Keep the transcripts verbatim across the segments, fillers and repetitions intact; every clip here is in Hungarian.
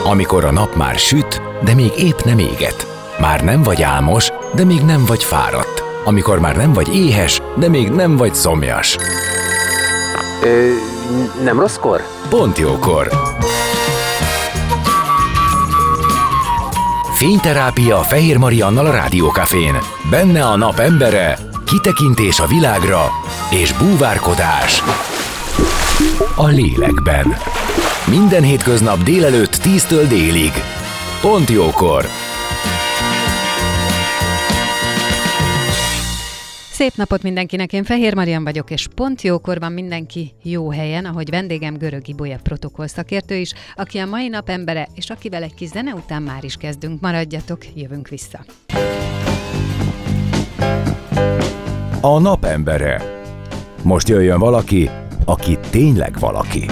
Amikor a nap már süt, de még épp nem éget. Már nem vagy álmos, de még nem vagy fáradt. Amikor már nem vagy éhes, de még nem vagy szomjas. Ö, nem rosszkor? Pont jókor. Fényterápia Fehér Mariannal a Rádiókafén. Benne a nap embere, kitekintés a világra és búvárkodás a lélekben. Minden hétköznap délelőtt tíztől délig. Pont jókor. Szép napot mindenkinek, én Fehér Marian vagyok, és pont jókor van mindenki jó helyen, ahogy vendégem Görög Ibolya protokoll szakértő is, aki a mai nap embere, és akivel egy kis zene után már is kezdünk. Maradjatok, jövünk vissza. A nap embere. Most jöjjön valaki, aki tényleg valaki.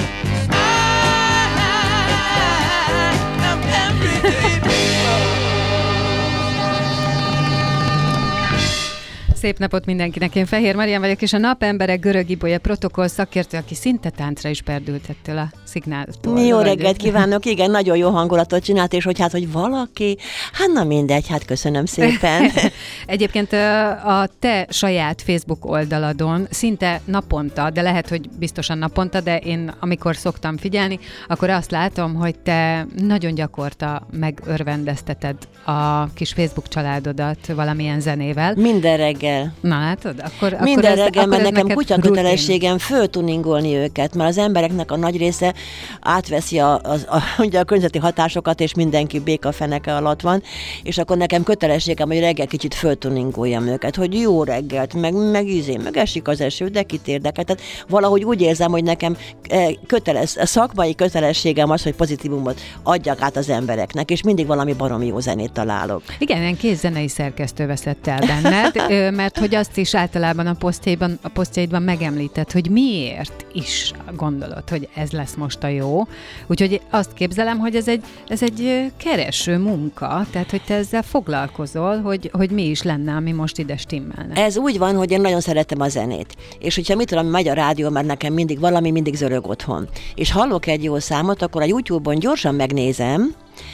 Szép napot mindenkinek, én Fehér Marian vagyok, és a napembere Görög Ibolya protokoll szakértő, aki szinte táncra is perdült ettől a szignáltól. Jó reggelt kívánok, igen, nagyon jó hangulatot csinált, és hogy hát, hogy valaki, hát na mindegy, hát köszönöm szépen. Egyébként a te saját Facebook oldaladon szinte naponta, de lehet, hogy biztosan naponta, de én amikor szoktam figyelni, akkor azt látom, hogy te nagyon gyakorta megörvendezteted a kis Facebook családodat valamilyen zenével. Minden reggel. Na látod? Akkor, Minden akkor ez, reggel, akkor mert nekem kutyakötelességem rutin. föltuningolni őket, mert az embereknek a nagy része átveszi a, a, a, ugye a környezeti hatásokat, és mindenki békafeneke alatt van, és akkor nekem kötelességem, hogy reggel kicsit föltuningoljam őket, hogy jó reggelt, meg, meg ízé, meg esik az eső, de kit érdekel. Tehát valahogy úgy érzem, hogy nekem köteles, szakmai kötelességem az, hogy pozitívumot adjak át az embereknek, és mindig valami baromi jó zenét találok. Igen, ilyen kész zenei szerkesztő veszett el benned, mert hogy azt is általában a posztjaidban, a posztjaidban megemlített, hogy miért is gondolod, hogy ez lesz most a jó. Úgyhogy azt képzelem, hogy ez egy, ez egy kereső munka, tehát hogy te ezzel foglalkozol, hogy, hogy mi is lenne, ami most ide stimmelne. Ez úgy van, hogy én nagyon szeretem a zenét. És hogyha mit tudom, megy a rádió, mert nekem mindig valami mindig zörög otthon. És hallok egy jó számot, akkor a YouTube-on gyorsan megnézem,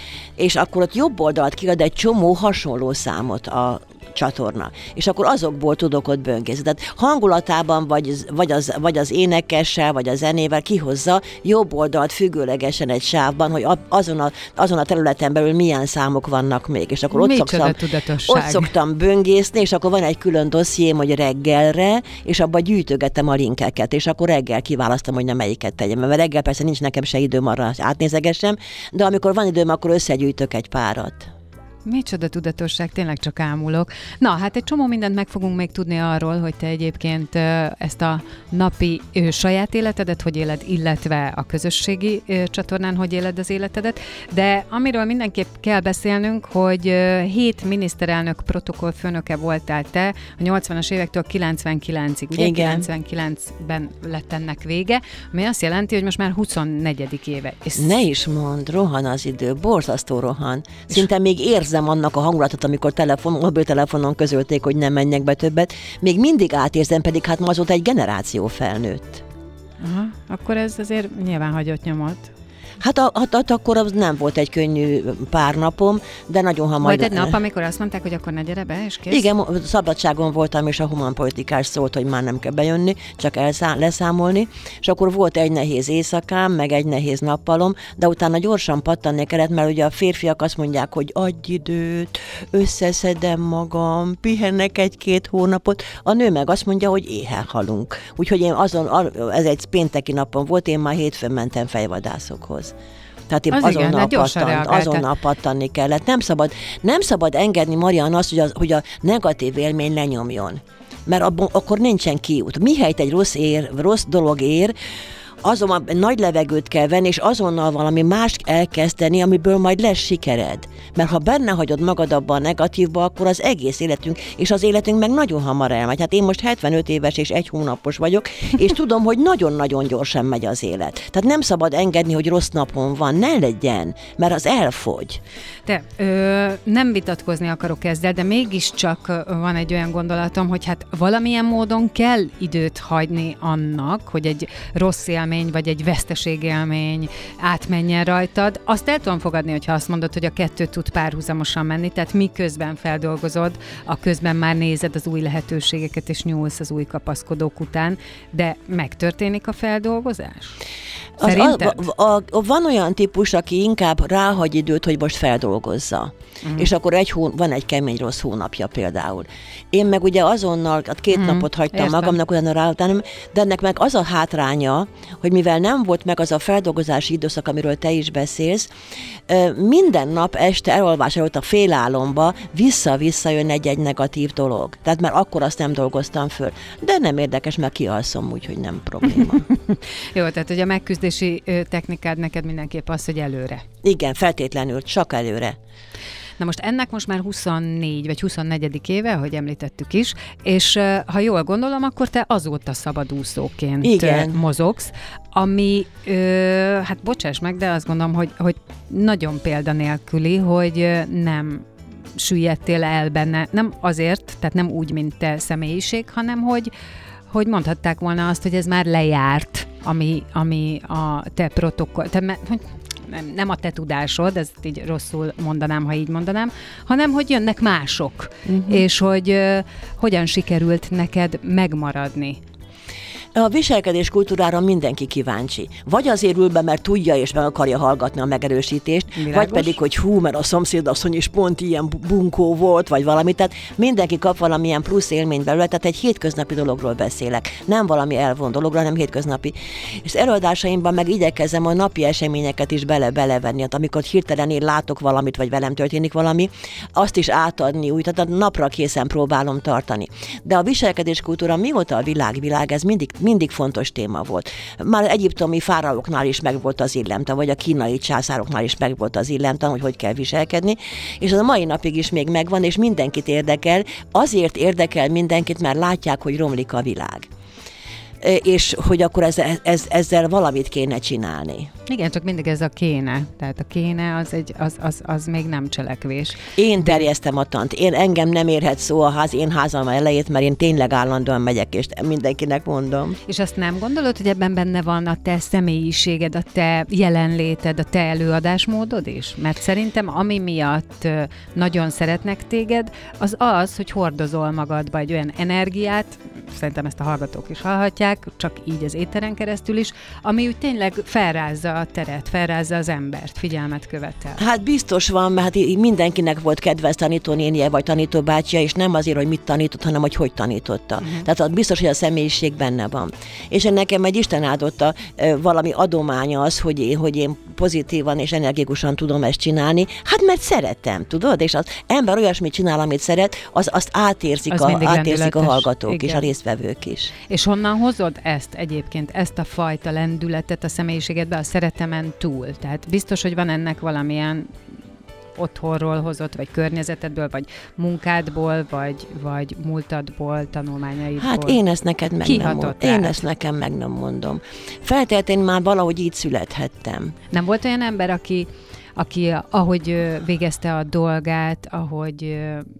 és akkor ott jobb oldalt kiad egy csomó hasonló számot a csatorna. És akkor azokból tudok ott böngészni. Tehát hangulatában, vagy, vagy, az, vagy az énekessel, vagy a zenével kihozza jobb oldalt függőlegesen egy sávban, hogy azon a, azon a területen belül milyen számok vannak még. És akkor ott szoktam, ott szoktam böngészni, és akkor van egy külön dossziém, hogy reggelre, és abban gyűjtögetem a linkeket, és akkor reggel kiválasztom, hogy nem melyiket tegyem. Mert reggel persze nincs nekem se időm arra, átnézegesem, de amikor van időm, akkor összegyűjtök egy párat. Micsoda tudatosság, tényleg csak ámulok. Na, hát egy csomó mindent meg fogunk még tudni arról, hogy te egyébként ezt a napi ő, saját életedet hogy éled, illetve a közösségi ő, csatornán hogy éled az életedet, de amiről mindenképp kell beszélnünk, hogy ö, hét miniszterelnök protokollfőnöke voltál te a nyolcvanas évektől kilencvenkilencig. Ugye? Igen. kilencvenkilencben lett ennek vége, ami azt jelenti, hogy most már huszonnegyedik éve. És ne is mondd, rohan az idő, borzasztó rohan. Szinte még érzem annak a hangulatot, amikor telefon, mobiltelefonon közölték, hogy nem menjek be többet. Még mindig átérzem, pedig hát ma azóta egy generáció felnőtt. Aha, akkor ez azért nyilván hagyott nyomot. Hát, a, hát, hát akkor az nem volt egy könnyű pár napom, de nagyon hamar... Majd egy nap, amikor azt mondták, hogy akkor ne gyere be, és kész? Igen, szabadságon voltam, és a humanpolitikás szólt, hogy már nem kell bejönni, csak elszá- leszámolni, és akkor volt egy nehéz éjszakám, meg egy nehéz nappalom, de utána gyorsan pattanni kellett, mert ugye a férfiak azt mondják, hogy adj időt, összeszedem magam, pihennek egy-két hónapot, a nő meg azt mondja, hogy éhen halunk. Úgyhogy én azon, ez egy pénteki napon volt, én már hétfőn mentem fejvadászokhoz. Tehát én az azonnal, igen, pattant, azonnal pattanni kellett. Nem szabad, nem szabad engedni, Marian, azt, hogy, az, hogy a negatív élmény lenyomjon. Mert abban, akkor nincsen kiút. Mihelyt egy rossz, ér, rossz dolog ér, azon nagy levegőt kell venni, és azonnal valami mást elkezdeni, amiből majd lesz sikered. Mert ha benne hagyod magad abban a negatívba, akkor az egész életünk, és az életünk meg nagyon hamar elmegy. Hát én most hetvenöt éves és egy hónapos vagyok, és tudom, hogy nagyon-nagyon gyorsan megy az élet. Tehát nem szabad engedni, hogy rossz napon van, ne legyen, mert az elfogy. Te, ö, nem vitatkozni akarok ezzel, de mégiscsak van egy olyan gondolatom, hogy hát valamilyen módon kell időt hagyni annak, hogy egy rossz élmény élmény, vagy egy veszteségélmény átmenjen rajtad. Azt el tudom fogadni, hogyha azt mondod, hogy a kettő tud párhuzamosan menni, tehát miközben feldolgozod, a közben már nézed az új lehetőségeket, és nyúlsz az új kapaszkodók után, de megtörténik a feldolgozás? Az, a, a, a, van olyan típus, aki inkább ráhagy időt, hogy most feldolgozza. Uh-huh. És akkor egy hón, van egy kemény rossz hónapja például. Én meg ugye azonnal, hát két uh-huh. napot hagytam Értem. magamnak olyan ráutáni, de ennek meg az a hátránya, hogy mivel nem volt meg az a feldolgozási időszak, amiről te is beszélsz, minden nap este elolvás előtt a félálomba vissza-vissza jön egy-egy negatív dolog. Tehát már akkor azt nem dolgoztam föl. De nem érdekes, mert kialszom, úgyhogy nem probléma. Jó, tehát hogy a megküzdési technikád neked mindenképp az, hogy előre. Igen, feltétlenül, csak előre. Na most ennek most már huszonnégy vagy huszonnegyedik éve, ahogy említettük is, és ha jól gondolom, akkor te azóta szabadúszóként Igen. mozogsz, ami, ö, hát bocsáss meg, de azt gondolom, hogy, hogy nagyon példanélküli, hogy nem süllyedtél el benne, nem azért, tehát nem úgy, mint te személyiség, hanem hogy, hogy mondhatták volna azt, hogy ez már lejárt, ami, ami a te protokoll, te, hogy nem, nem a te tudásod, ezt így rosszul mondanám, ha így mondanám, hanem hogy jönnek mások, uh-huh. és hogy uh, hogyan sikerült neked megmaradni. A viselkedés kultúrára mindenki kíváncsi. Vagy azért ül be, mert tudja és meg akarja hallgatni a megerősítést, Világos. Vagy pedig, hogy hú, mert a szomszédasszony is pont ilyen bunkó volt, vagy valami. Tehát mindenki kap valamilyen plusz élményt belőle, tehát egy hétköznapi dologról beszélek. Nem valami elvont dologról, hanem hétköznapi. És előadásaimban meg igyekezem a napi eseményeket is bele-belevenni. Hát amikor hirtelen én látok valamit, vagy velem történik valami, azt is átadni úgy, tehát napra készen próbálom tartani. De a viselkedés kultúra mióta a világ világ, ez mindig mindig fontos téma volt. Már egyiptomi fáraóknál is megvolt az illemtan, vagy a kínai császároknál is megvolt az illemtan, hogy hogy kell viselkedni, és az a mai napig is még megvan, és mindenkit érdekel. Azért érdekel mindenkit, mert látják, hogy romlik a világ. És hogy akkor ez, ez, ezzel valamit kéne csinálni. Igen, csak mindig ez a kéne. Tehát a kéne az, egy, az, az, az még nem cselekvés. Én terjesztem a tant. Én engem nem érhet szó a ház, én házam elejét, mert én tényleg állandóan megyek, és mindenkinek mondom. És azt nem gondolod, hogy ebben benne van a te személyiséged, a te jelenléted, a te előadásmódod is? Mert szerintem ami miatt nagyon szeretnek téged, az az, hogy hordozol magadba egy olyan energiát, szerintem ezt a hallgatók is hallhatják, csak így az éteren keresztül is, ami úgy tényleg felrázza a teret, felrázza az embert, figyelmet követel. Hát biztos van, mert hát mindenkinek volt kedves tanítónénie vagy tanítóbátyja, és nem azért, hogy mit tanított, hanem hogy hogy tanította. Uh-huh. Tehát biztos, hogy a személyiség benne van. És nekem egy Isten áldotta valami adománya az, hogy én, hogy én pozitívan és energikusan tudom ezt csinálni. Hát mert szeretem, tudod? És az ember olyasmit csinál, amit szeret, az, azt átérzik, az a, átérzik a hallgatók Igen. és a résztvevők is. És honnan hozod ezt egyébként, ezt a fajta lendületet a személyiségedbe, a szeretemen túl? Tehát biztos, hogy van ennek valamilyen otthonról hozott, vagy környezetedből, vagy munkádból, vagy, vagy múltadból, tanulmányaidból. Hát én ezt neked meg nem mondom. Én ezt nekem meg nem mondom. Feltétlenül már valahogy így születhettem. Nem volt olyan ember, aki aki ahogy végezte a dolgát, ahogy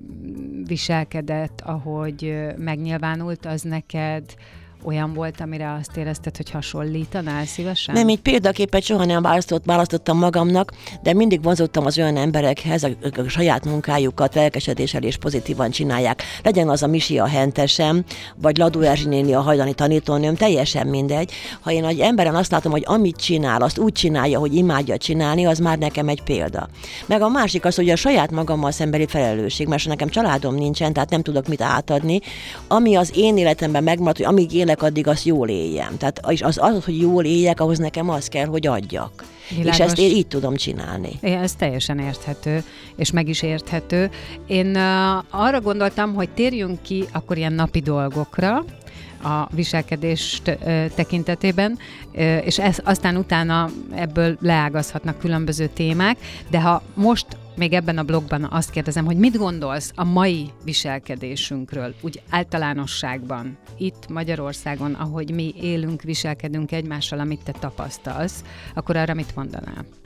viselkedett, ahogy megnyilvánult, az neked olyan volt, amire azt érezted, hogy hasonlítanál szívesen? Nem, így példaképet soha nem választott, választottam magamnak, de mindig vonzottam az olyan emberekhez, akik a saját munkájukat lelkesedéssel és pozitívan csinálják. Legyen az a Misi a hentesem, vagy Ladó Erzsi néni a hajdani tanítónőm, teljesen mindegy. Ha én egy emberen azt látom, hogy amit csinál, azt úgy csinálja, hogy imádja csinálni, az már nekem egy példa. Meg a másik az, hogy a saját magammal szembeni felelősség, mert nekem családom nincsen, tehát nem tudok mit átadni. Ami az én életemben megmaradt, hogy amíg élek, addig azt jól éljem. Tehát az, az, az, hogy jól éljek, ahhoz nekem az kell, hogy adjak. Világos. És ezt én így tudom csinálni. É, ez teljesen érthető, és meg is érthető. Én uh, arra gondoltam, hogy térjünk ki akkor ilyen napi dolgokra, a viselkedés uh, tekintetében, uh, és ez, aztán utána ebből leágazhatnak különböző témák, de ha most még ebben a blogban azt kérdezem, hogy mit gondolsz a mai viselkedésünkről, úgy általánosságban, itt Magyarországon, ahogy mi élünk, viselkedünk egymással, amit te tapasztalsz, akkor arra mit mondanál?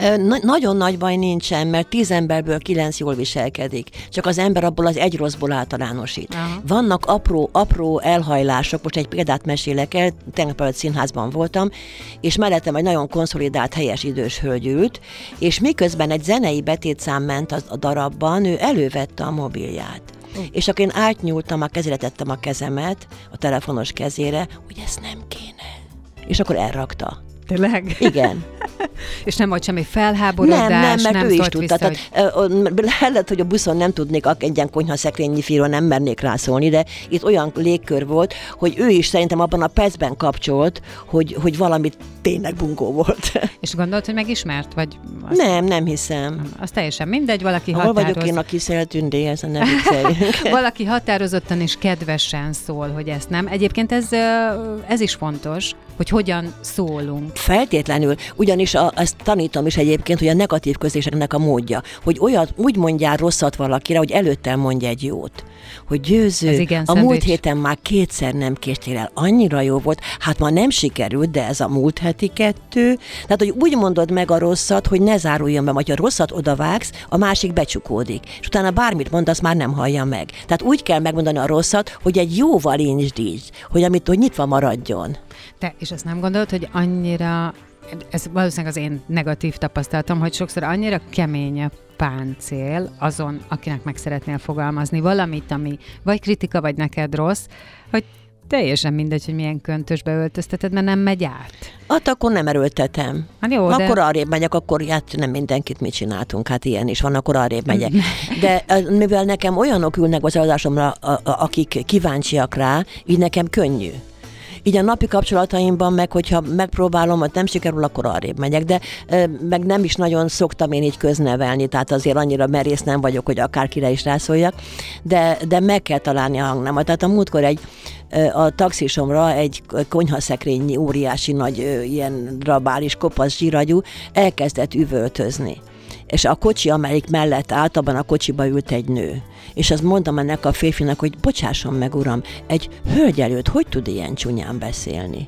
Na- nagyon nagy baj nincsen, mert tíz emberből kilenc jól viselkedik. Csak az ember abból az egy rosszból általánosít. Aha. Vannak apró, apró elhajlások, most egy példát mesélek el, tegnap előtt színházban voltam, és mellettem egy nagyon konszolidált, helyes idős hölgy ült, és miközben egy zenei betétszám ment a darabban, ő elővette a mobilját. Uh. És akkor én átnyúltam, a kezére tettem a kezemet, a telefonos kezére, hogy ezt nem kéne. És akkor elrakta. Tényleg? Igen. És nem volt semmi felháborodás, nem, nem, mert nem ő is tudta. Vissza, tehát, hogy... Lehet, hogy a buszon nem tudnék, egy ilyen konyhaszekrényi fíról nem mernék rászólni, de itt olyan légkör volt, hogy ő is szerintem abban a percben kapcsolt, hogy, hogy valami tényleg bunkó volt. És gondolt, hogy megismert? Vagy azt... Nem, nem hiszem. Az teljesen mindegy, valaki Hol határoz... vagyok én a kiszél tündéhez, ne vicceljünk. Valaki határozottan és kedvesen szól, hogy ezt nem. Egyébként ez, ez is fontos, hogy hogyan szólunk. Feltétlenül, ugyanis a, ezt tanítom is egyébként, hogy a negatív közléseknek a módja, hogy olyat úgy mondjál rosszat valakire, hogy előtte mondj egy jót. Hogy Győző, igen, a szendvics. múlt héten már kétszer nem késtél el, annyira jó volt, hát ma nem sikerült, de ez a múlt heti kettő. Tehát, hogy úgy mondod meg a rosszat, hogy ne záruljon be, vagy ha rosszat odavágsz, a másik becsukódik. És utána bármit mondasz, már nem hallja meg. Tehát úgy kell megmondani a rosszat, hogy egy jóval insdíts, hogy amit hogy nyitva maradjon. Te, és azt nem gondolod, hogy annyira, ez valószínűleg az én negatív tapasztalatom, hogy sokszor annyira kemény a páncél azon, akinek meg szeretnél fogalmazni valamit, ami vagy kritika, vagy neked rossz, hogy teljesen mindegy, hogy milyen köntösbe öltözteted, mert nem megy át. Hát akkor nem erőltetem. Hát jó, akkor de... arrébb megyek, akkor hát nem mindenkit mit csináltunk, hát ilyen is van, akkor arrébb megyek. De mivel nekem olyanok ülnek az előadásomra, akik kíváncsiak rá, így nekem könnyű. Így a napi kapcsolataimban meg, hogyha megpróbálom, hogy nem sikerül, akkor arrébb megyek, de e, meg nem is nagyon szoktam én így köznevelni, tehát azért annyira merész nem vagyok, hogy akárkire is rászóljak, de, de meg kell találni a hangnemet. Tehát a múltkor egy, a taxisomra egy konyhaszekrényi óriási nagy ilyen rabális kopasz zsíragyú elkezdett üvöltözni. És a kocsi, amelyik mellett állt, abban a kocsiba ült egy nő. És azt mondtam ennek a férfinak, hogy bocsásson meg, uram, egy hölgy előtt hogy tud ilyen csúnyán beszélni?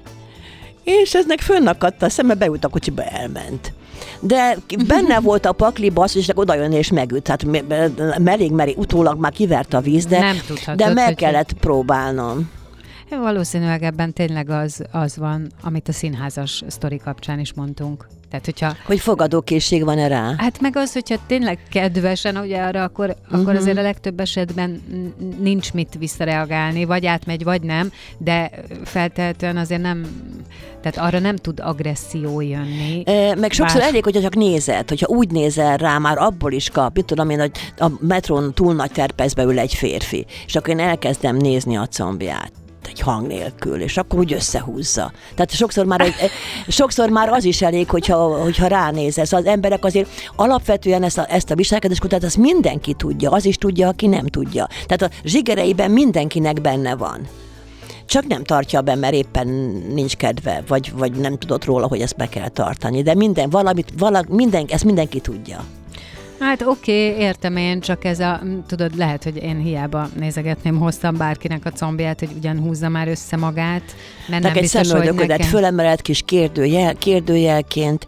És eznek fönnakadt a szeme, beült a kocsiba, elment. De benne volt a pakliba az, és oda jön és megült. Hát merék-merék, utólag már kivert a víz, de, de meg kellett hogy... próbálnom. Valószínűleg ebben tényleg az, az van, amit a színházas sztori kapcsán is mondtunk. Tehát, hogyha, hogy fogadókészség van-e rá? Hát meg az, hogyha tényleg kedvesen, ugye arra, akkor, uh-huh. akkor azért a legtöbb esetben nincs mit visszareagálni, vagy átmegy, vagy nem, de feltehetően azért nem, tehát arra nem tud agresszió jönni. E, meg sokszor Bár... elég, hogyha csak nézed, hogyha úgy nézel rá, már abból is kap, mit tudom én, hogy a metrón túl nagy terpezbe ül egy férfi, és akkor én elkezdem nézni a combját egy hang nélkül, és akkor úgy összehúzza. Tehát sokszor már, egy, sokszor már az is elég, hogyha, hogyha ránézesz. Az emberek azért alapvetően ezt a, ezt a viselkedéskutat, azt mindenki tudja, az is tudja, aki nem tudja. Tehát a zsigereiben mindenkinek benne van. Csak nem tartja be, mert éppen nincs kedve, vagy, vagy nem tudott róla, hogy ezt be kell tartani. De minden, valamit, valamit, minden, ezt mindenki tudja. Hát oké, okay, értem én, csak ez a, tudod, lehet, hogy én hiába nézegetném hosszan bárkinek a combját, hogy ugyan húzza már össze magát, mert nem biztos, hogy nekem... fölemeled kis kérdőjel, kérdőjelként,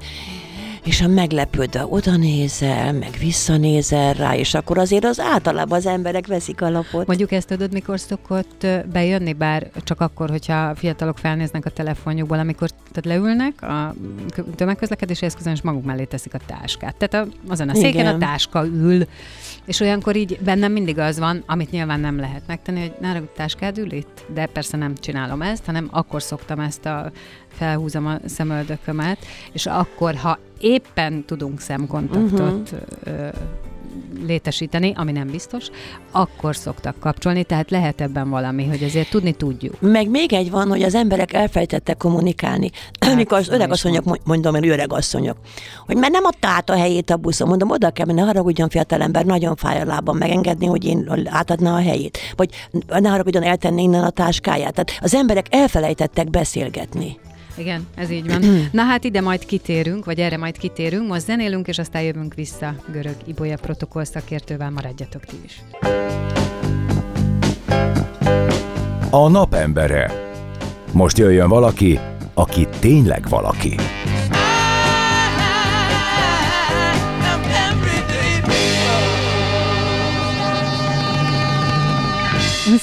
és ha meglepődve oda nézel, meg visszanézel rá, és akkor azért az általában az emberek veszik alapot. Mondjuk ezt tudod, mikor szokott bejönni, bár csak akkor, hogyha fiatalok felnéznek a telefonjukból, amikor tehát leülnek a tömegközlekedési eszközön, és maguk mellé teszik a táskát. Tehát azon a széken Igen. a táska ül, és olyankor így bennem mindig az van, amit nyilván nem lehet megtenni, hogy nála a táskád ül itt, de persze nem csinálom ezt, hanem akkor szoktam ezt a felhúzom a szemöldökömet, és akkor, ha éppen tudunk szemkontaktot uh-huh. létesíteni, ami nem biztos, akkor szoktak kapcsolni, tehát lehet ebben valami, hogy azért tudni tudjuk. Meg még egy van, hogy az emberek elfelejtettek kommunikálni. Hát, amikor az öregasszonyok, mondom, hogy öregasszonyok, hogy mert nem adta át a helyét a buszon, mondom, oda kell menni, ne haragudjon fiatalember, nagyon fáj a lábam megengedni, hogy én átadna a helyét. Vagy ne haragudjon, eltenni innen a táskáját. Tehát az emberek elfelejtettek beszélgetni. Igen, ez így van. Na hát ide majd kitérünk, vagy erre majd kitérünk, most zenélünk, és aztán jövünk vissza Görög Ibolya protokoll szakértővel, maradjatok ti is. A napembere. Most jöjjön valaki, aki tényleg valaki.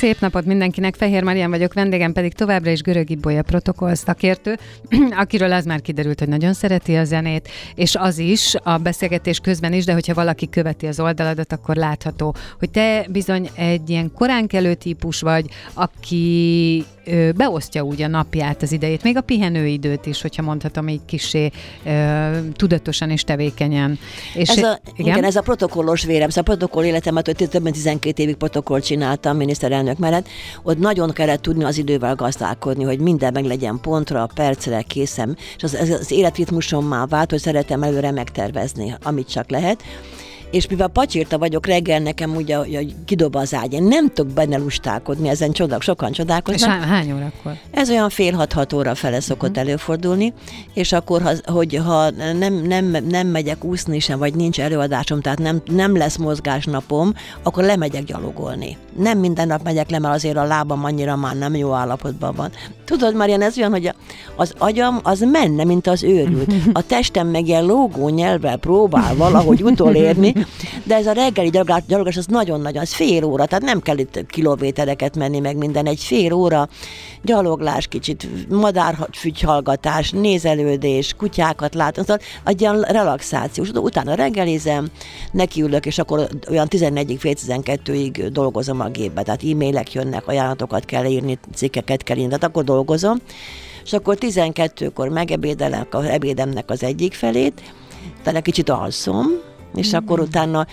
Szép napot mindenkinek, Fehér Marian vagyok, vendégem pedig továbbra is Görög Ibolya protokoll szakértő, akiről az már kiderült, hogy nagyon szereti a zenét, és az is a beszélgetés közben is, de hogyha valaki követi az oldaladat, akkor látható, hogy te bizony egy ilyen koránkelő típus vagy, aki ö, beosztja úgy a napját, az idejét, még a pihenőidőt is, hogyha mondhatom így kissé ö, tudatosan és tevékenyen. És ez a, igen? igen, ez a protokollos vérem, szóval a protokoll életemet, hogy több mint tizenkét évig protokollt csináltam miniszterelnök mellett, ott nagyon kellett tudni az idővel gazdálkodni, hogy minden meg legyen pontra, percre, készem, és az, az, az életritmusom már vált, hogy szeretem előre megtervezni, amit csak lehet. És mivel pacsírta vagyok, reggel nekem ugye, hogy kidob az ágy. Én nem tudok benne lustálkodni, ezen csodák, sokan csodálkoznak. És hány órakor? Ez olyan fél hat-hat óra fele szokott uh-huh. előfordulni, és akkor, ha, hogy ha nem, nem, nem megyek úszni sem, vagy nincs előadásom, tehát nem, nem lesz mozgásnapom, akkor lemegyek gyalogolni. Nem minden nap megyek le, mert azért a lábam annyira már nem jó állapotban van. Tudod, Marian, ez olyan, hogy az agyam az menne, mint az őrült. A testem meg ilyen lógó nyelvvel próbál valahogy utolérni, de ez a reggeli gyalogás az nagyon-nagyon, az fél óra, tehát nem kell itt kilométereket menni meg minden, egy fél óra gyaloglás, kicsit madárfügyhallgatás, nézelődés, kutyákat látom, szóval egy ilyen relaxációs. Utána reggelizem, nekiülök, és akkor olyan tizenegyig, fél tizenkettőig dolgozom a gépbe, tehát e-mailek jönnek, ajánlatokat kell írni, cikkeket kell írni, tehát akkor dolgozom, és akkor tizenkettőkor megebédelek az ebédemnek az egyik felét, utána kicsit alszom, és mm-hmm. akkor utána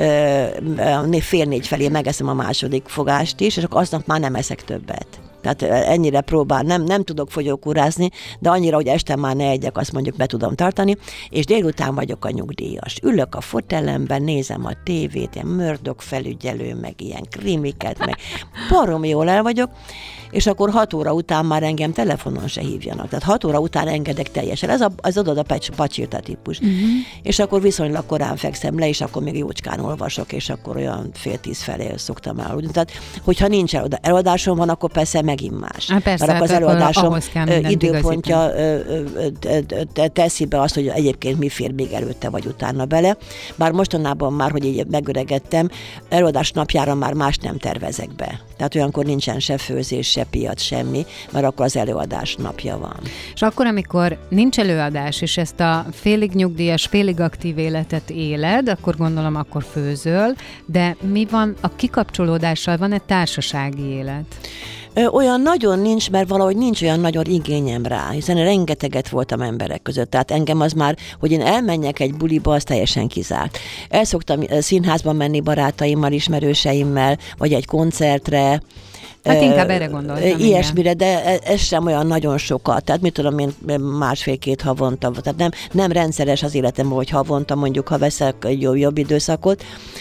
ö, fél négy felé megeszem a második fogást is, és akkor aznap már nem eszek többet. Tehát ennyire próbál, nem, nem tudok fogyókúrázni, de annyira, hogy este már ne egyek, azt mondjuk be tudom tartani, és délután vagyok a nyugdíjas. Ülök a fotelemben, nézem a tévét, ilyen Murdoch felügyelő, meg ilyen krimiket, meg barom jól el vagyok, és akkor hat óra után már engem telefonon se hívjanak. Tehát hat óra után engedek teljesen. Ez a, az oda a pacsirta típus. Uh-huh. És akkor viszonylag korán fekszem le, és akkor még jócskán olvasok, és akkor olyan fél tíz felé szoktam aludni. Tehát, hogyha nincs előadásom van, akkor persze megint más. Há, persze, mert akkor az előadásom időpontja igazítani. teszi be azt, hogy egyébként mi fér még előtte vagy utána bele. Bár mostanában már, hogy így megöregedtem, előadás napjára már más nem tervezek be. Tehát olyankor nincsen se főzés, se piac, semmi, mert akkor az előadás napja van. És akkor, amikor nincs előadás, és ezt a félig nyugdíjas, félig aktív életet éled, akkor gondolom, akkor főzöl, de mi van a kikapcsolódással? Van-e társasági élet? Olyan nagyon nincs, mert valahogy nincs olyan nagyon igényem rá, hiszen rengeteget voltam emberek között. Tehát engem az már, hogy én elmenjek egy buliba, az teljesen kizárt. El szoktam színházban menni barátaimmal, ismerőseimmel, vagy egy koncertre. Hát inkább erre gondoltam. Ilyesmire, de ez sem olyan nagyon sokat. Tehát mit tudom én, másfél-két havonta. Tehát nem, nem rendszeres az életem, hogy havonta mondjuk, ha veszek egy jobb, jobb időszakot.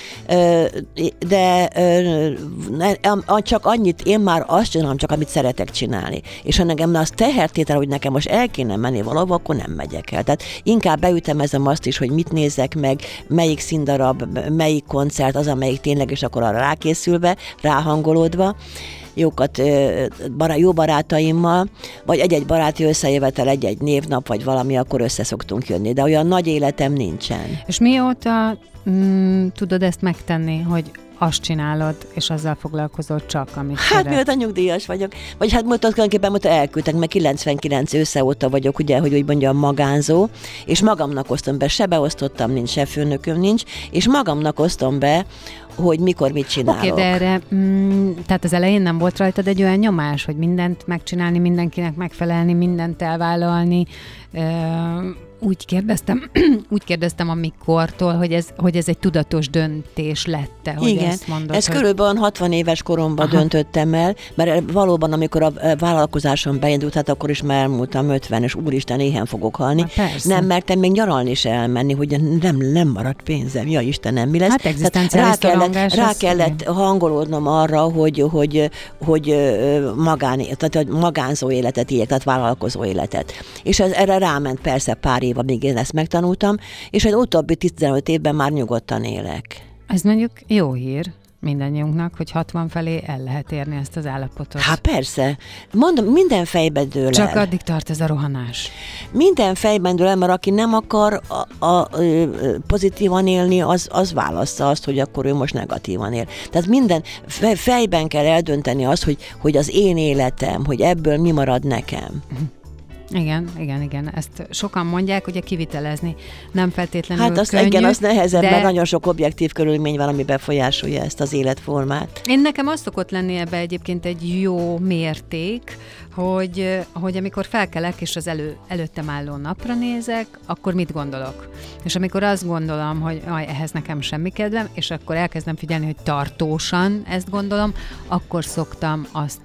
De csak annyit, én már azt csinálom, csak amit szeretek csinálni. És ha nekem az tehertétel, hogy nekem most el kéne menni valahova, akkor nem megyek el. Tehát inkább beütemezem azt is, hogy mit nézek meg, melyik színdarab, melyik koncert, az, amelyik tényleg, és akkor arra rákészülve, ráhangolódva, jókat, jó barátaimmal, vagy egy-egy baráti összejövetel, egy-egy névnap, vagy valami, akkor össze szoktunk jönni, de olyan nagy életem nincsen. És mióta mm, tudod ezt megtenni, hogy azt csinálod, és azzal foglalkozol csak, amit Hát szeret. mióta nyugdíjas vagyok. Vagy hát most tulajdonképpen most elküldtek, mert kilencvenkilenc ősze óta vagyok, ugye, hogy úgy mondjam, magánzó, és magamnak osztom be, se beosztottam nincs, se főnököm nincs, és magamnak osztom be, hogy mikor mit csinálok. Oké, okay, de erre, mm, tehát az elején nem volt rajtad egy olyan nyomás, hogy mindent megcsinálni, mindenkinek megfelelni, mindent elvállalni. Úgy kérdeztem, úgy kérdeztem amikortól, hogy ez, hogy ez egy tudatos döntés lett-e, hogy igen, ezt mondod. ez hogy... körülbelül hatvan éves koromban Aha. döntöttem el, mert valóban, amikor a vállalkozásom beindult, hát akkor is már elmúltam ötven, és úristen, éhen fogok halni. Nem mertem még nyaralni se elmenni, hogy nem, nem maradt pénzem. Ja Istenem, mi lesz? Hát egzisztenciális rá kellett, rá kellett hangolódnom arra, hogy, hogy, hogy magán, tehát magánzó életet éljek, tehát vállalkozó életet. És ez, erre ráment persze pár év, amíg én ezt megtanultam, és egy utóbbi tizenöt évben már nyugodtan élek. Ez mondjuk jó hír. mindannyiunknak, hogy hatvan felé el lehet érni ezt az állapotot. Hát persze. Mondom, minden fejben dől el. Csak addig tart ez a rohanás. Minden fejben dől el, mert aki nem akar a, a, a, pozitívan élni, az, az válassza azt, hogy akkor ő most negatívan él. Tehát minden fejben kell eldönteni azt, hogy, hogy az én életem, hogy ebből mi marad nekem. Igen, igen, igen. Ezt sokan mondják, ugye kivitelezni nem feltétlenül Hát azt könnyű, igen, az nehezebb, de... mert nagyon sok objektív körülmény van, ami befolyásolja ezt az életformát. Én nekem azt szokott lenni ebbe egyébként egy jó mérték, hogy, hogy amikor felkelek, és az elő, előttem álló napra nézek, akkor mit gondolok? És amikor azt gondolom, hogy aj, ehhez nekem semmi kedvem, és akkor elkezdem figyelni, hogy tartósan ezt gondolom, akkor szoktam azt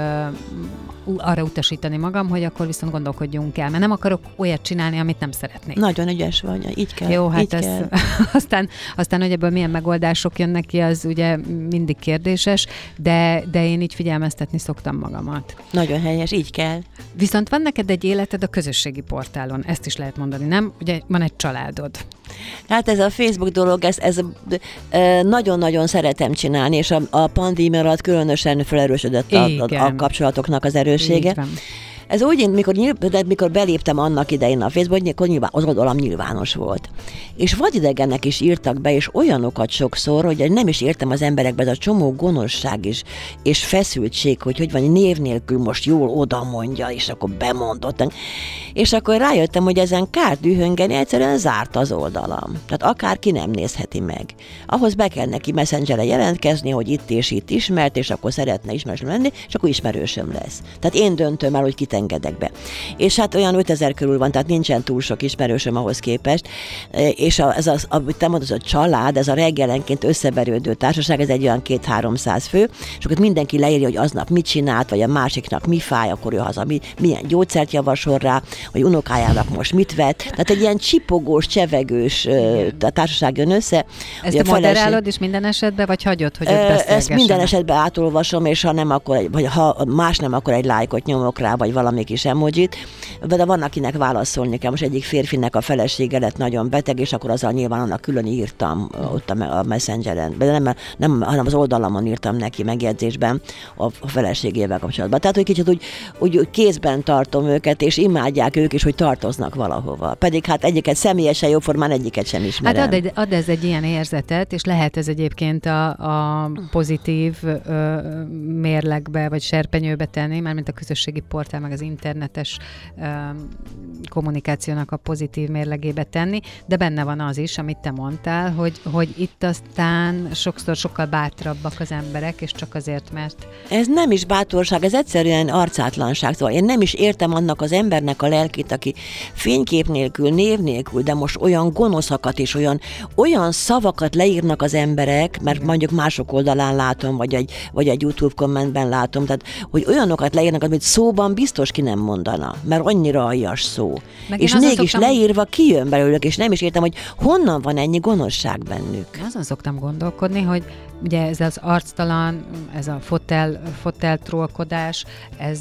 uh, arra utasítani magam, hogy akkor viszont gondolkodjunk el, mert nem akarok olyat csinálni, amit nem szeretnék. Nagyon ügyes vagy, így kell. Jó, hát így ez, kell. aztán, aztán, hogy ebből milyen megoldások jönnek ki, az ugye mindig kérdéses, de, de én így figyelmeztetni szoktam magamat. Nagyon helyes, így kell. Viszont van neked egy életed a közösségi portálon, ezt is lehet mondani, nem? Ugye van egy családod. Hát ez a Facebook dolog, ez, ez e, nagyon-nagyon szeretem csinálni, és a, a pandémia alatt különösen felerősödött a, a, a kapcsolatoknak az erőssége. Ez úgy, mikor, mikor beléptem annak idején a Facebookba, akkor nyilván, az oldalam nyilvános volt. És vadidegennek is írtak be, és olyanokat sokszor, hogy nem is értem az emberekben, ez a csomó gonoszság is, és feszültség, hogy hogy van, név nélkül most jól oda mondja, és akkor bemondott. És akkor rájöttem, hogy ezen kár dühöngeni, egyszerűen zárt az oldalam. Tehát akár ki nem nézheti meg. Ahhoz be kell neki Messengeren jelentkezni, hogy itt és itt ismert, és akkor szeretne ismerősöm lenni, és akkor ismerősöm lesz. Tehát én döntöm el, hogy kit engedek be. És hát olyan ötezer körül van, tehát nincsen túl sok ismerősöm ahhoz képest, és a, ez az, amit te mondod, a család, ez a reggelenként összeverődő társaság, ez egy olyan két-háromszáz fő, és akkor mindenki leírja, hogy aznap mit csinált, vagy a másiknak mi fáj, akkor ő haza, mi, milyen gyógyszert javasol rá, vagy unokájának most mit vett. Tehát egy ilyen csipogós, csevegős a társaság jön össze. Ezt te moderálod is minden esetben, vagy hagyod, hogy ott beszélgessenek? Ezt minden esetben átolvasom, és ha nem, akkor, vagy ha más nem, akkor egy lájkot nyomok rá, vagy valami kis emojit, de van, akinek válaszolni kell. Most egyik férfinek a felesége lett nagyon beteg, és akkor azzal nyilván annak külön írtam ott a Messengeren, de nem, nem, hanem az oldalamon írtam neki megjegyzésben a feleségével kapcsolatban. Tehát, hogy kicsit úgy, úgy kézben tartom őket, és imádják ők is, hogy tartoznak valahova. Pedig hát egyiket személyesen jóformán egyiket sem ismerem. Hát ad, egy, ad ez egy ilyen érzetet, és lehet ez egyébként a, a pozitív ö, mérlegbe, vagy serpenyőbe tenni, mármint a közösségi portál, meg az internetes ö, kommunikációnak a pozitív mérlegébe tenni, de benne van az is, amit te mondtál, hogy, hogy itt aztán sokszor sokkal bátrabbak az emberek, és csak azért, mert... Ez nem is bátorság, ez egyszerűen arcátlanság. Szóval én nem is értem annak az embernek a lelkét, aki fénykép nélkül, név nélkül, de most olyan gonoszakat és olyan, olyan szavakat leírnak az emberek, mert mondjuk mások oldalán látom, vagy egy, vagy egy YouTube kommentben látom, tehát hogy olyanokat leírnak, amit szóban biztos ki nem mondana, mert annyira aljas szó. Meg és mégis szoktam... leírva kijön belőlük, és nem is értem, hogy honnan van ennyi gonoszság bennük. Azon szoktam gondolkodni, hogy ugye ez az arctalan, ez a fotel, fotel trollkodás, ez...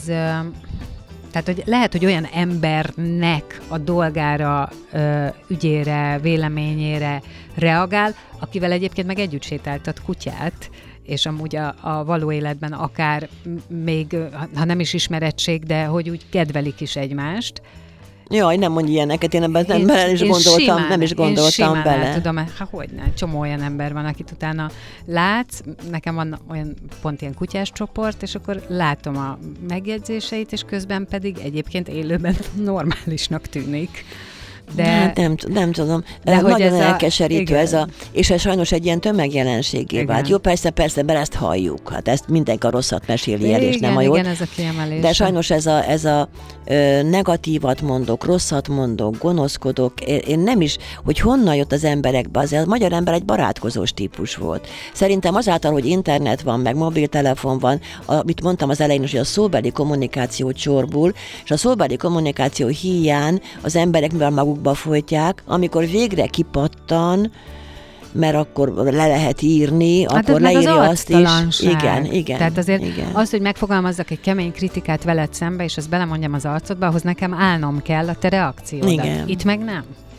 Tehát, hogy lehet, hogy olyan embernek a dolgára, ügyére, véleményére reagál, akivel egyébként meg együtt sétáltat kutyát, és amúgy a, a való életben akár még, ha nem is ismerettség, de hogy úgy kedvelik is egymást. Jaj, nem mondj ilyeneket, én ebben nem bele is gondoltam, simán, nem is gondoltam én bele. tudom, hát hogyne, csomó olyan ember van, akit utána látsz, nekem van olyan pont ilyen kutyás csoport, és akkor látom a megjegyzéseit, és közben pedig egyébként élőben normálisnak tűnik. De, hát nem, nem tudom, de nagyon elkeserítő ez a, és ez sajnos egy ilyen tömegjelenségé vált. Jó, persze, persze, mert ezt halljuk, hát ezt mindenki a rosszat meséli el, igen, és nem a jót. Igen, ez a kiemelés. De sajnos ez a, ez a ö, negatívat mondok, rosszat mondok, gonoszkodok, én, én nem is, hogy honnan jött az emberekbe, az a magyar ember egy barátkozós típus volt. Szerintem azáltal, hogy internet van, meg mobiltelefon van, amit mondtam az elején, hogy a szóbeli kommunikáció csorbul, és a szóbeli kommunikáció híján az emberek, mivel magukba folytják, amikor végre kipattan, mert akkor le lehet írni, hát akkor leírja az azt is. Igen, igen. Tehát azért igen. az, hogy megfogalmazzak egy kemény kritikát veled szembe, és azt belemondjam az arcodba, ahhoz nekem állnom kell a te reakciódat. Igen. Itt meg nem.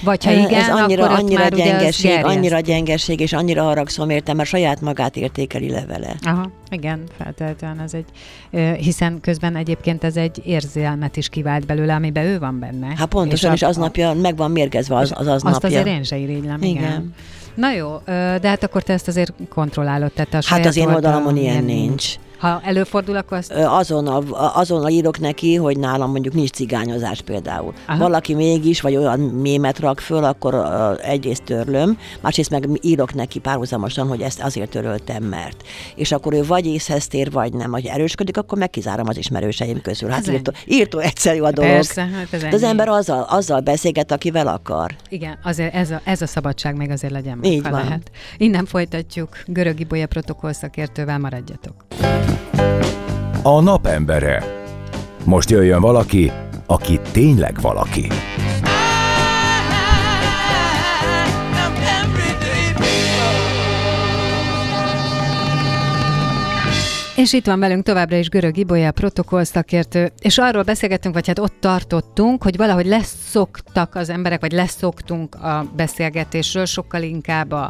Vagy ha igen, ez annyira, akkor annyira már gyengeség, annyira gyengeség, és annyira haragszom értem, mert saját magát értékeli le vele. Aha, igen, feltétlenül ez egy, hiszen közben egyébként ez egy érzelmet is kivált belőle, amiben ő van benne. Hát pontosan, és, és aznapja meg van mérgezve az, az aznapja. Azt azért én se irigylem, igen. igen. Na jó, de hát akkor te ezt azért kontrollálod, tehát a Hát az én oldalamon ilyen nincs. Ha előfordul, akkor azt... Azonnal, azonnal írok neki, hogy nálam mondjuk nincs cigányozás például. Aha. Valaki mégis, vagy olyan mémet rak föl, akkor uh, egyrészt törlöm, másrészt meg írok neki párhuzamosan, hogy ezt azért töröltem, mert. És akkor ő vagy észhez tér, vagy nem. Ha erősködik, akkor meg kizárom az ismerőseim közül. Hát írtó, írtó egyszerű a dolog. Persze, hát ez De az ember azzal, azzal beszélget, akivel akar. Igen, azért ez a, ez a szabadság meg azért legyen meg, így ha van. Lehet. Innen folytatjuk. Görög Ibolya protokoll szakértővel, maradjatok. A napembere. Most jöjjön valaki, aki tényleg valaki. És itt van velünk továbbra is Görög Ibolya, protokoll szakértő, és arról beszélgettünk, vagy hát ott tartottunk, hogy valahogy leszoktak az emberek, vagy leszoktunk a beszélgetésről, sokkal inkább a,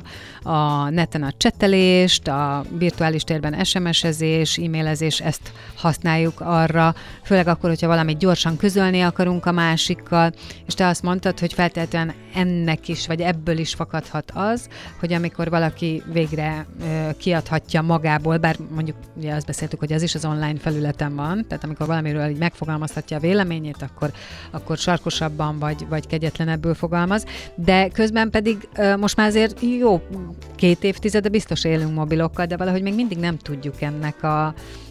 a neten a csetelést, a virtuális térben es em es-ezés, e-mailezés, ezt használjuk arra, főleg akkor, hogyha valamit gyorsan közölni akarunk a másikkal, és te azt mondtad, hogy feltétlenül ennek is, vagy ebből is fakadhat az, hogy amikor valaki végre ö, kiadhatja magából, bár mondjuk ugye azt beszéltük, hogy az is az online felületen van, tehát amikor valamiről így megfogalmazhatja a véleményét, akkor, akkor sarkosabban vagy, vagy kegyetlenebbül fogalmaz, de közben pedig ö, most már azért jó két évtizede biztos élünk mobilokkal, de valahogy még mindig nem tudjuk ennek a,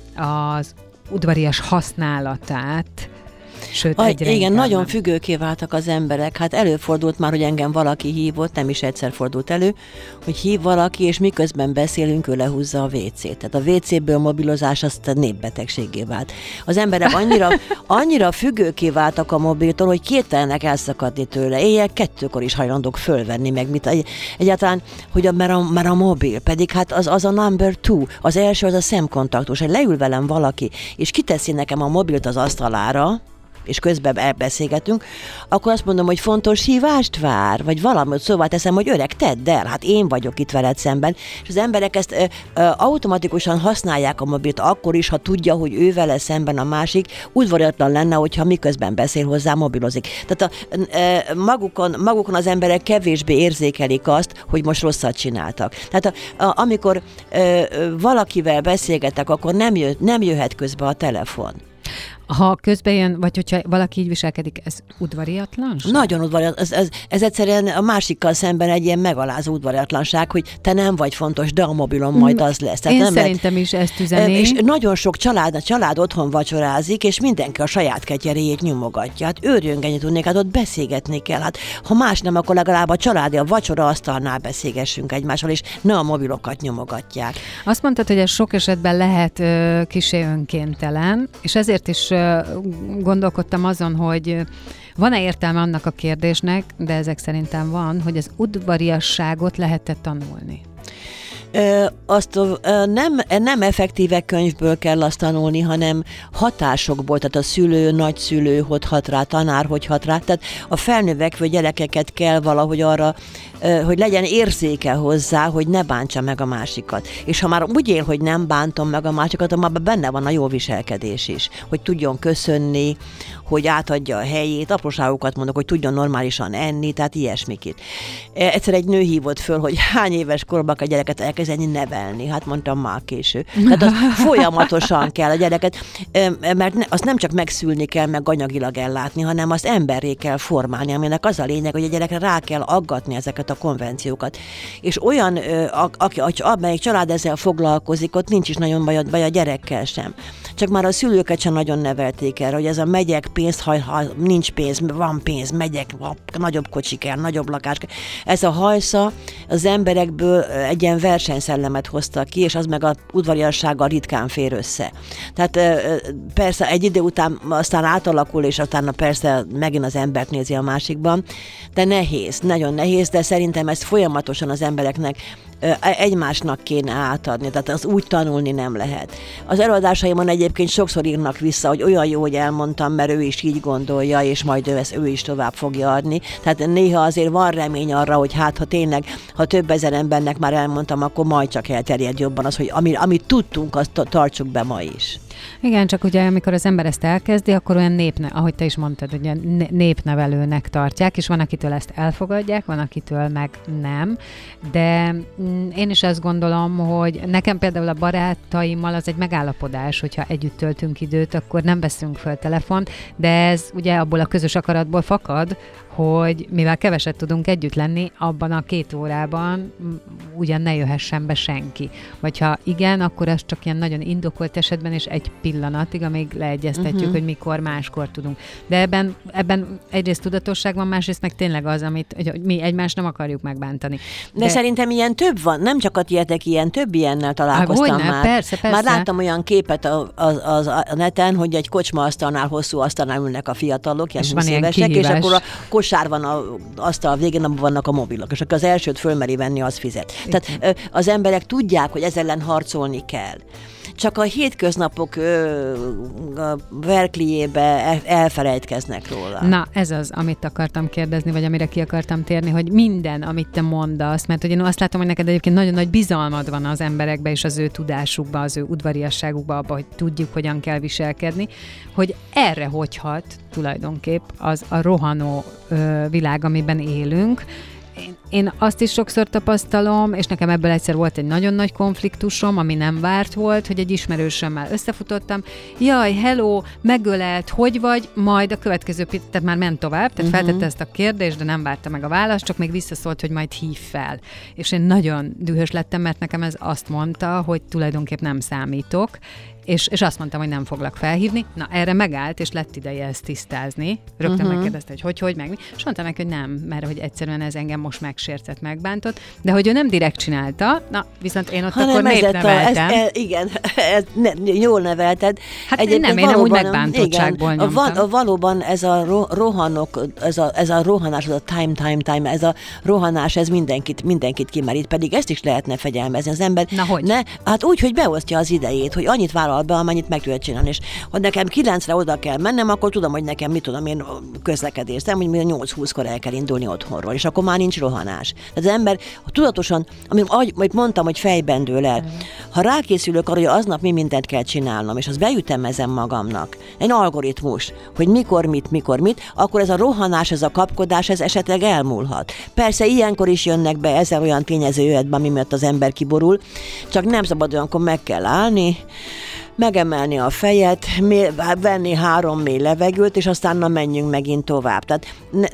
az udvarias használatát. Sőt, A, egyre igen, nagyon nem. függőké váltak az emberek. Hát előfordult már, hogy engem valaki hívott, nem is egyszer fordult elő, hogy hív valaki, és miközben beszélünk, ő lehúzza a vécét. Tehát a vécéből mobilozás azt népbetegségé vált. Az emberek annyira, annyira függőké váltak a mobiltól, hogy képtelenek elszakadni tőle. Éjjel kettőkor is hajlandók fölvenni meg. Mit, egy, egyáltalán, hogy a, mert, a, mert a mobil, pedig hát az, az a number two, az első az a szemkontaktus. Hogy leül velem valaki, és kiteszi nekem a mobilt az asztalára, és közben elbeszélgetünk, akkor azt mondom, hogy fontos hívást vár, vagy valamit szóval teszem, hogy öreg, tedd el, hát én vagyok itt veled szemben, és az emberek ezt ö, ö, automatikusan használják a mobilt, akkor is, ha tudja, hogy ő vele szemben a másik, udvariatlan lenne, hogyha miközben beszél hozzá, mobilozik. Tehát a, ö, magukon, magukon az emberek kevésbé érzékelik azt, hogy most rosszat csináltak. Tehát a, a, amikor ö, ö, valakivel beszélgetek, akkor nem, jö, nem jöhet közbe a telefon. Ha közben jön, vagy hogyha valaki így viselkedik, ez udvariatlanság? Nagyon udvariatlan. Ez, ez, ez egyszerűen a másikkal szemben egy ilyen megalázó udvariatlanság, hogy te nem vagy fontos, de a mobilon majd az lesz. Tehát Én nem szerintem lehet, is ezt üzeni. És nagyon sok család, a család otthon vacsorázik, és mindenki a saját ketyeréjét nyomogatja. Hát őrjöngeni tudnék, hát ott beszélgetni kell. Hát ha más nem, akkor legalább a családi, a vacsora asztalnál beszélgessünk egymással, és ne a mobilokat nyomogatják. Azt mondtad, hogy ez sok esetben lehet ö, kisé önkéntelen, és ezért is gondolkodtam azon, hogy van-e értelme annak a kérdésnek, de ezek szerintem van, hogy az udvariasságot lehet-e tanulni? Ö, azt ö, nem, nem effektíve könyvből kell azt tanulni, hanem hatásokból, tehát a szülő, nagyszülő hogy hat rá, tanár hogy hat rá, tehát a felnövekvő gyerekeket kell valahogy arra, ö, hogy legyen érzéke hozzá, hogy ne bántsa meg a másikat. És ha már úgy él, hogy nem bántom meg a másikat, akkor már benne van a jó viselkedés is, hogy tudjon köszönni, hogy átadja a helyét, apróságokat mondok, hogy tudjon normálisan enni, tehát ilyesmikit. Egyszer egy nő hívott föl, hogy hány éves korban a gyereket elkezdeni nevelni. Hát mondtam, már késő. Tehát az folyamatosan kell a gyereket, mert azt nem csak megszülni kell, meg anyagilag ellátni, hanem azt emberré kell formálni, aminek az a lényeg, hogy a gyerekre rá kell aggatni ezeket a konvenciókat. És olyan, aki, amelyik család ezzel foglalkozik, ott nincs is nagyon baj, baj a gyerekkel sem. Csak már a szülőket sem nagyon nevelték erre, hogy ez a megyek pénzt, ha, ha nincs pénz, van pénz, megyek, nagyobb kocsi kell, nagyobb lakás kell. Ez a hajsza, az emberekből egy ilyen versenyszellemet hoztak ki, és az meg a udvariassággal ritkán fér össze. Tehát persze egy idő után aztán átalakul, és utána persze megint az embert nézi a másikban, de nehéz, nagyon nehéz, de szerintem ezt folyamatosan az embereknek egymásnak kéne átadni, tehát az úgy tanulni nem lehet. Az előadásaimon egyébként sokszor írnak vissza, hogy olyan jó, hogy elmondtam, mert ő is így gondolja, és majd ő ezt ő is tovább fogja adni. Tehát néha azért van remény arra, hogy hát ha tényleg, ha több ezer embernek már elmondtam, akkor majd csak elterjed jobban az, hogy amit, amit tudtunk, azt tartsuk be ma is. Igen, csak ugye amikor az ember ezt elkezdi, akkor olyan népne, ahogy te is mondtad, ugye népnevelőnek tartják, és van, akitől ezt elfogadják, van, akitől meg nem, de én is azt gondolom, hogy nekem például a barátaimmal az egy megállapodás, hogyha együtt töltünk időt, akkor nem veszünk föl telefont, de ez ugye abból a közös akaratból fakad, hogy mivel keveset tudunk együtt lenni, abban a két órában ugyan ne jöhessen be senki. Vagy ha igen, akkor az csak ilyen nagyon indokolt esetben, és egy pillanatig, amíg leegyeztetjük, uh-huh. hogy mikor máskor tudunk. De ebben, ebben egyrészt tudatosság van, másrészt meg tényleg az, amit hogy mi egymást nem akarjuk megbántani. De, De szerintem ilyen több van, nem csak a tietek ilyen, több ilyennel találkoztam Há, már. Persze, persze. Már láttam olyan képet a, a, a, a neten, hogy egy kocsma asztalnál, hosszú asztalnál ülnek a fiatalok, ilyen húsz évesek, és akkor a kosár van az asztal végén, abban vannak a mobilok, és akkor az elsőt fölmeri venni, az fizet. Igen. Tehát az emberek tudják, hogy ezzel ellen harcolni kell. Csak a hétköznapok verkliébe elfelejtkeznek róla. Na, ez az, amit akartam kérdezni, vagy amire ki akartam térni, hogy minden, amit te mondasz, mert hogy én azt látom, hogy neked egyébként nagyon nagy bizalmad van az emberekbe, és az ő tudásukba, az ő udvariasságukba, abba, hogy tudjuk, hogyan kell viselkedni, hogy erre hogy hat tulajdonképp az a rohanó ö, világ, amiben élünk. Én, én azt is sokszor tapasztalom, és nekem ebből egyszer volt egy nagyon nagy konfliktusom, ami nem várt volt, hogy egy ismerősömmel összefutottam, jaj, hello, megölelt, hogy vagy, majd a következő, tehát már ment tovább, tehát uh-huh. feltette ezt a kérdést, de nem várta meg a választ, csak még visszaszólt, hogy majd hív fel. És én nagyon dühös lettem, mert nekem ez azt mondta, hogy tulajdonképp nem számítok, És, és azt mondtam, hogy nem foglak felhívni. Na, erre megállt, és lett ideje ezt tisztázni. Rögtön uh-huh. megkérdezte, hogy hogy, hogy, meg mi. És mondtam neki, hogy nem, mert hogy egyszerűen ez engem most megsértett, megbántott. De hogy ő nem direkt csinálta, na, viszont én ott hanem akkor népneveltem. A, ez, e, igen, ez ne, jól nevelted. Hát egyébként nem, én nem úgy megbántottságból igen, nyomtam. A, a, valóban ez a ro, rohanok, ez a, ez a rohanás, az a time, time, time, ez a rohanás, ez mindenkit, mindenkit kimerít, pedig ezt is lehetne fegyelmezni. Az ember na, hogy? Ne, hát úgy, hogy beosztja az idejét, hogy annyit vállal be, amennyit meg tudod csinálni, és ha nekem kilencre oda kell mennem, akkor tudom, hogy nekem mit tudom én közlekedés, nem, hogy nyolc-húszkor el kell indulni otthonról, és akkor már nincs rohanás. Tehát az ember tudatosan, amit mondtam, hogy fejben dől el, ha rákészülök arra, hogy aznap mi mindent kell csinálnom, és az beütemezem magamnak, egy algoritmus, hogy mikor mit, mikor mit, akkor ez a rohanás, ez a kapkodás, ez esetleg elmúlhat. Persze ilyenkor is jönnek be, ezer olyan tényező jöhet be, ami miatt az ember kiborul, csak nem szabad olyankor meg kell állni, megemelni a fejet, mély, venni három mély levegőt, és aztán na menjünk megint tovább. Tehát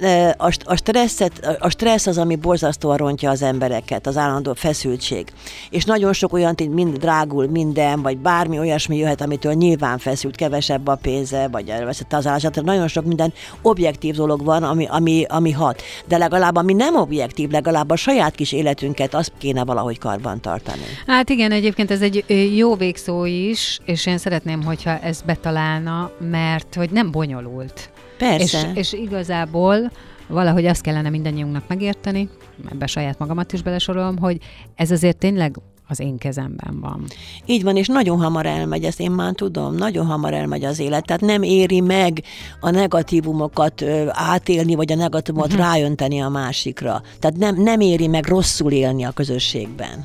a, a, stresszet, a stressz az, ami borzasztóan rontja az embereket, az állandó feszültség. És nagyon sok olyan, hogy mind drágul minden, vagy bármi olyasmi jöhet, amitől nyilván feszült, kevesebb a pénze, vagy elveszett az állását. Tehát nagyon sok minden objektív dolog van, ami, ami, ami hat. De legalább ami nem objektív, legalább a saját kis életünket, azt kéne valahogy karban tartani. Hát igen, egyébként ez egy jó végszó is, és én szeretném, hogyha ez betalálna, mert hogy nem bonyolult. Persze. És, és igazából valahogy azt kellene mindannyiunknak megérteni, ebbe saját magamat is belesorolom, hogy ez azért tényleg az én kezemben van. Így van, és nagyon hamar elmegy, ezt én már tudom, nagyon hamar elmegy az élet, tehát nem éri meg a negatívumokat ö, átélni, vagy a negatívumot uh-huh. rájönteni a másikra. Tehát nem, nem éri meg rosszul élni a közösségben.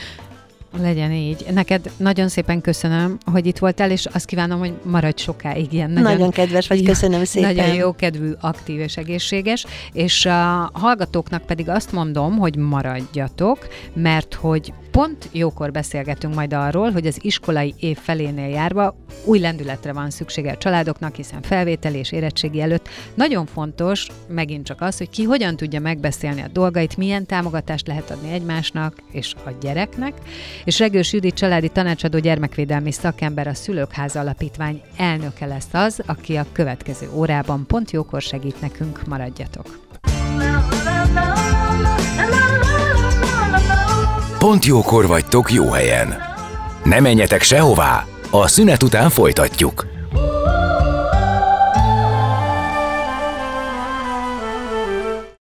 Legyen így. Neked nagyon szépen köszönöm, hogy itt voltál, és azt kívánom, hogy maradj sokáig ilyen. Nagyon, nagyon kedves vagy, köszönöm szépen. Nagyon jó kedvű, aktív és egészséges, és a hallgatóknak pedig azt mondom, hogy maradjatok, mert hogy pont jókor beszélgetünk majd arról, hogy az iskolai év felénél járva új lendületre van szüksége a családoknak, hiszen felvétel és érettségi előtt nagyon fontos megint csak az, hogy ki hogyan tudja megbeszélni a dolgait, milyen támogatást lehet adni egymásnak és a gyereknek. És Regős Judit családi tanácsadó, gyermekvédelmi szakember, a Szülőkháza Alapítvány elnöke lesz az, aki a következő órában pont jókor segít nekünk. Maradjatok! Pont jókor vagytok jó helyen. Ne menjetek sehová, a szünet után folytatjuk.